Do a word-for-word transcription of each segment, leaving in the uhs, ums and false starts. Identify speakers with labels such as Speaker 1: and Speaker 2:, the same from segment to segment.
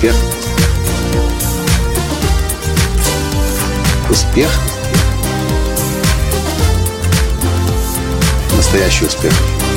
Speaker 1: Успех. Успех. Настоящий успех.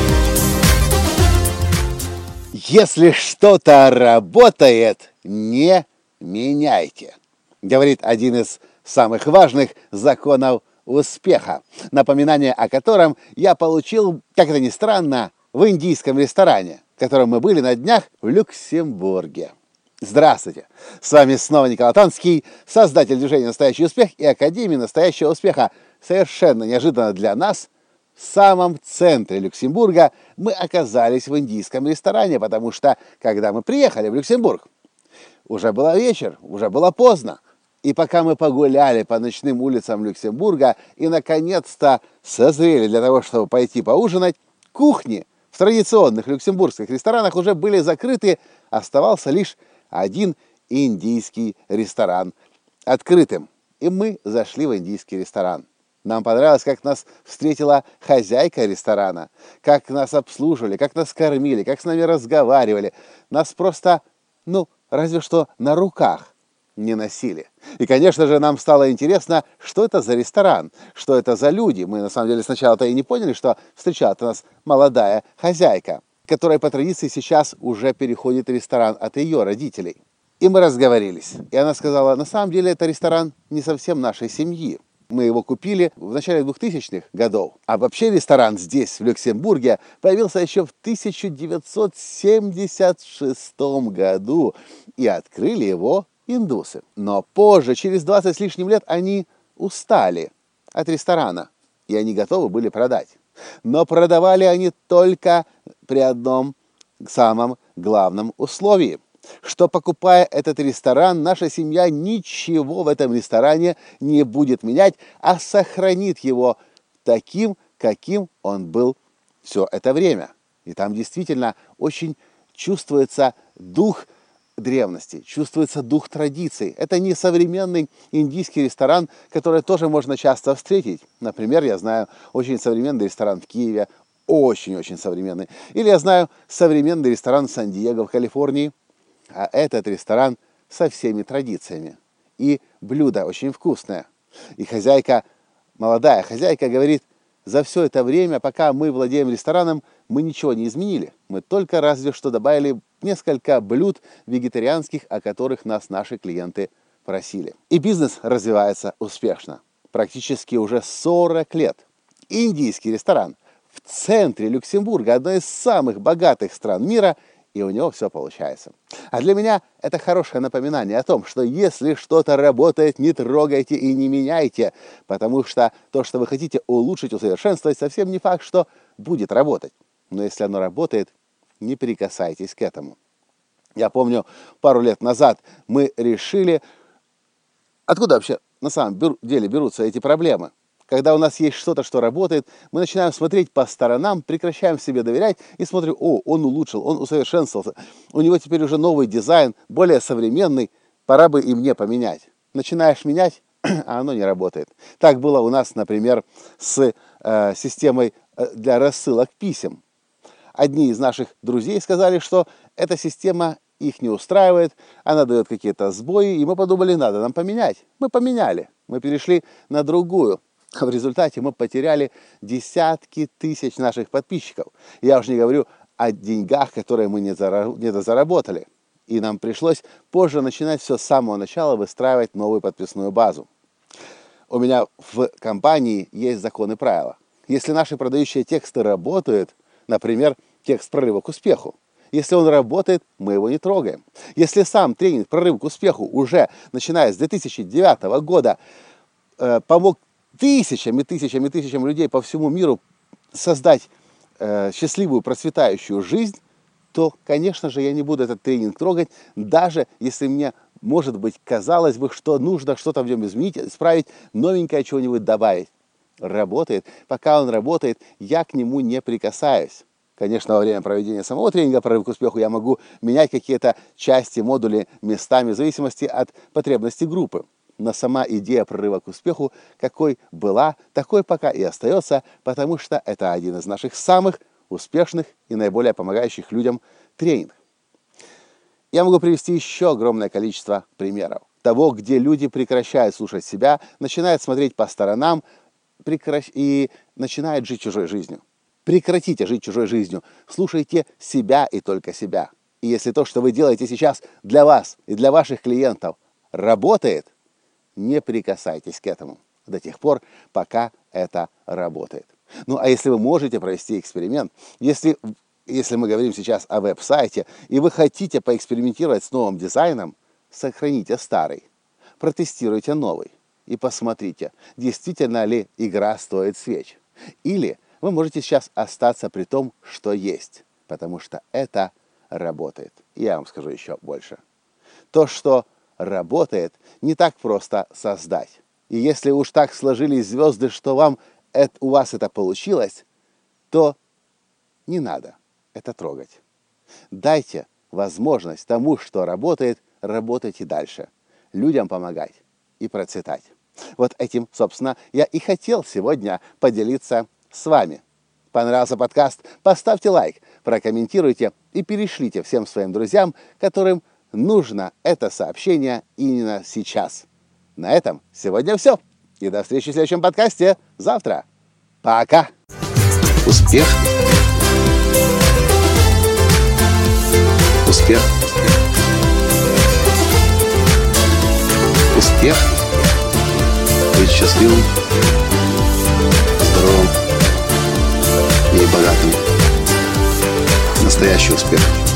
Speaker 2: Если что-то работает, не меняйте, говорит один из самых важных законов успеха, напоминание о котором я получил, как это ни странно, в индийском ресторане, в котором мы были на днях в Люксембурге. Здравствуйте! С вами снова Николай Танский, создатель движения «Настоящий успех» и Академии настоящего успеха. Совершенно неожиданно для нас, в самом центре Люксембурга мы оказались в индийском ресторане, потому что, когда мы приехали в Люксембург, уже был вечер, уже было поздно. И пока мы погуляли по ночным улицам Люксембурга и, наконец-то, созрели для того, чтобы пойти поужинать, кухни в традиционных люксембургских ресторанах уже были закрыты, оставался лишь один индийский ресторан открытым. И мы зашли в индийский ресторан. Нам понравилось, как нас встретила хозяйка ресторана, как нас обслуживали, как нас кормили, как с нами разговаривали. Нас просто, ну, разве что на руках не носили. И, конечно же, нам стало интересно, что это за ресторан, что это за люди. Мы, на самом деле, сначала-то и не поняли, что встречала нас молодая хозяйка, которая по традиции сейчас уже переходит в ресторан от ее родителей. И мы разговорились. И она сказала, на самом деле, это ресторан не совсем нашей семьи. Мы его купили в начале двухтысячных годов. А вообще ресторан здесь, в Люксембурге, появился еще в тысяча девятьсот семьдесят шестом году. И открыли его индусы. Но позже, через двадцать с лишним лет, они устали от ресторана. И они готовы были продать. Но продавали они только при одном самом главном условии, что, покупая этот ресторан, наша семья ничего в этом ресторане не будет менять, а сохранит его таким, каким он был все это время. И там действительно очень чувствуется дух древности, чувствуется дух традиций. Это не современный индийский ресторан, который тоже можно часто встретить. Например, я знаю очень современный ресторан в Киеве, очень-очень современный. Или я знаю современный ресторан в Сан-Диего в Калифорнии. А этот ресторан со всеми традициями. И блюдо очень вкусное. И хозяйка, молодая хозяйка говорит, за все это время, пока мы владеем рестораном, мы ничего не изменили. Мы только разве что добавили несколько блюд вегетарианских, о которых нас наши клиенты просили. И бизнес развивается успешно. Практически уже сорок лет. Индийский ресторан в центре Люксембурга, одной из самых богатых стран мира, и у него все получается. А для меня это хорошее напоминание о том, что если что-то работает, не трогайте и не меняйте, потому что то, что вы хотите улучшить, усовершенствовать, совсем не факт, что будет работать. Но если оно работает, не прикасайтесь к этому. Я помню, пару лет назад мы решили, откуда вообще на самом деле берутся эти проблемы. Когда у нас есть что-то, что работает, мы начинаем смотреть по сторонам, прекращаем себе доверять и смотрим, о, он улучшил, он усовершенствовался, у него теперь уже новый дизайн, более современный, пора бы и мне поменять. Начинаешь менять, а оно не работает. Так было у нас, например, с э, системой для рассылок писем. Одни из наших друзей сказали, что эта система их не устраивает, она дает какие-то сбои, и мы подумали, надо нам поменять. Мы поменяли, мы перешли на другую. А в результате мы потеряли десятки тысяч наших подписчиков. Я уже не говорю о деньгах, которые мы не заработали. И нам пришлось позже начинать все с самого начала, выстраивать новую подписную базу. У меня в компании есть законы и правила. Если наши продающие тексты работают, например, текст «Прорыва к успеху», если он работает, мы его не трогаем. Если сам тренинг «Прорыв к успеху» уже, начиная с две тысячи девятого года, э, помог тысячам и тысячам и тысячам людей по всему миру создать э, счастливую, процветающую жизнь, то, конечно же, я не буду этот тренинг трогать, даже если мне, может быть, казалось бы, что нужно что-то в нем изменить, исправить, новенькое чего-нибудь добавить. Работает. Пока он работает, я к нему не прикасаюсь. Конечно, во время проведения самого тренинга «Прорыв к успеху» я могу менять какие-то части, модули местами в зависимости от потребностей группы. Но сама идея прорыва к успеху, какой была, такой пока и остается, потому что это один из наших самых успешных и наиболее помогающих людям тренингов. Я могу привести еще огромное количество примеров того, где люди прекращают слушать себя, начинают смотреть по сторонам прекращ... и начинают жить чужой жизнью. Прекратите жить чужой жизнью, слушайте себя и только себя. И если то, что вы делаете сейчас для вас и для ваших клиентов, работает, не прикасайтесь к этому до тех пор, пока это работает. Ну, а если вы можете провести эксперимент, если, если мы говорим сейчас о веб-сайте, и вы хотите поэкспериментировать с новым дизайном, сохраните старый, протестируйте новый и посмотрите, действительно ли игра стоит свеч. Или вы можете сейчас остаться при том, что есть, потому что это работает. Я вам скажу еще больше. То, что работает, не так просто создать. И если уж так сложились звезды, что вам это, у вас это получилось, то не надо это трогать. Дайте возможность тому, что работает, работать и дальше. Людям помогать и процветать. Вот этим, собственно, я и хотел сегодня поделиться с вами. Понравился подкаст? Поставьте лайк, прокомментируйте и перешлите всем своим друзьям, которым нужно это сообщение именно сейчас. На этом сегодня все. И до встречи в следующем подкасте завтра. Пока!
Speaker 1: Успех! Успех! Успех! Быть счастливым, здоровым и богатым. Настоящий успех!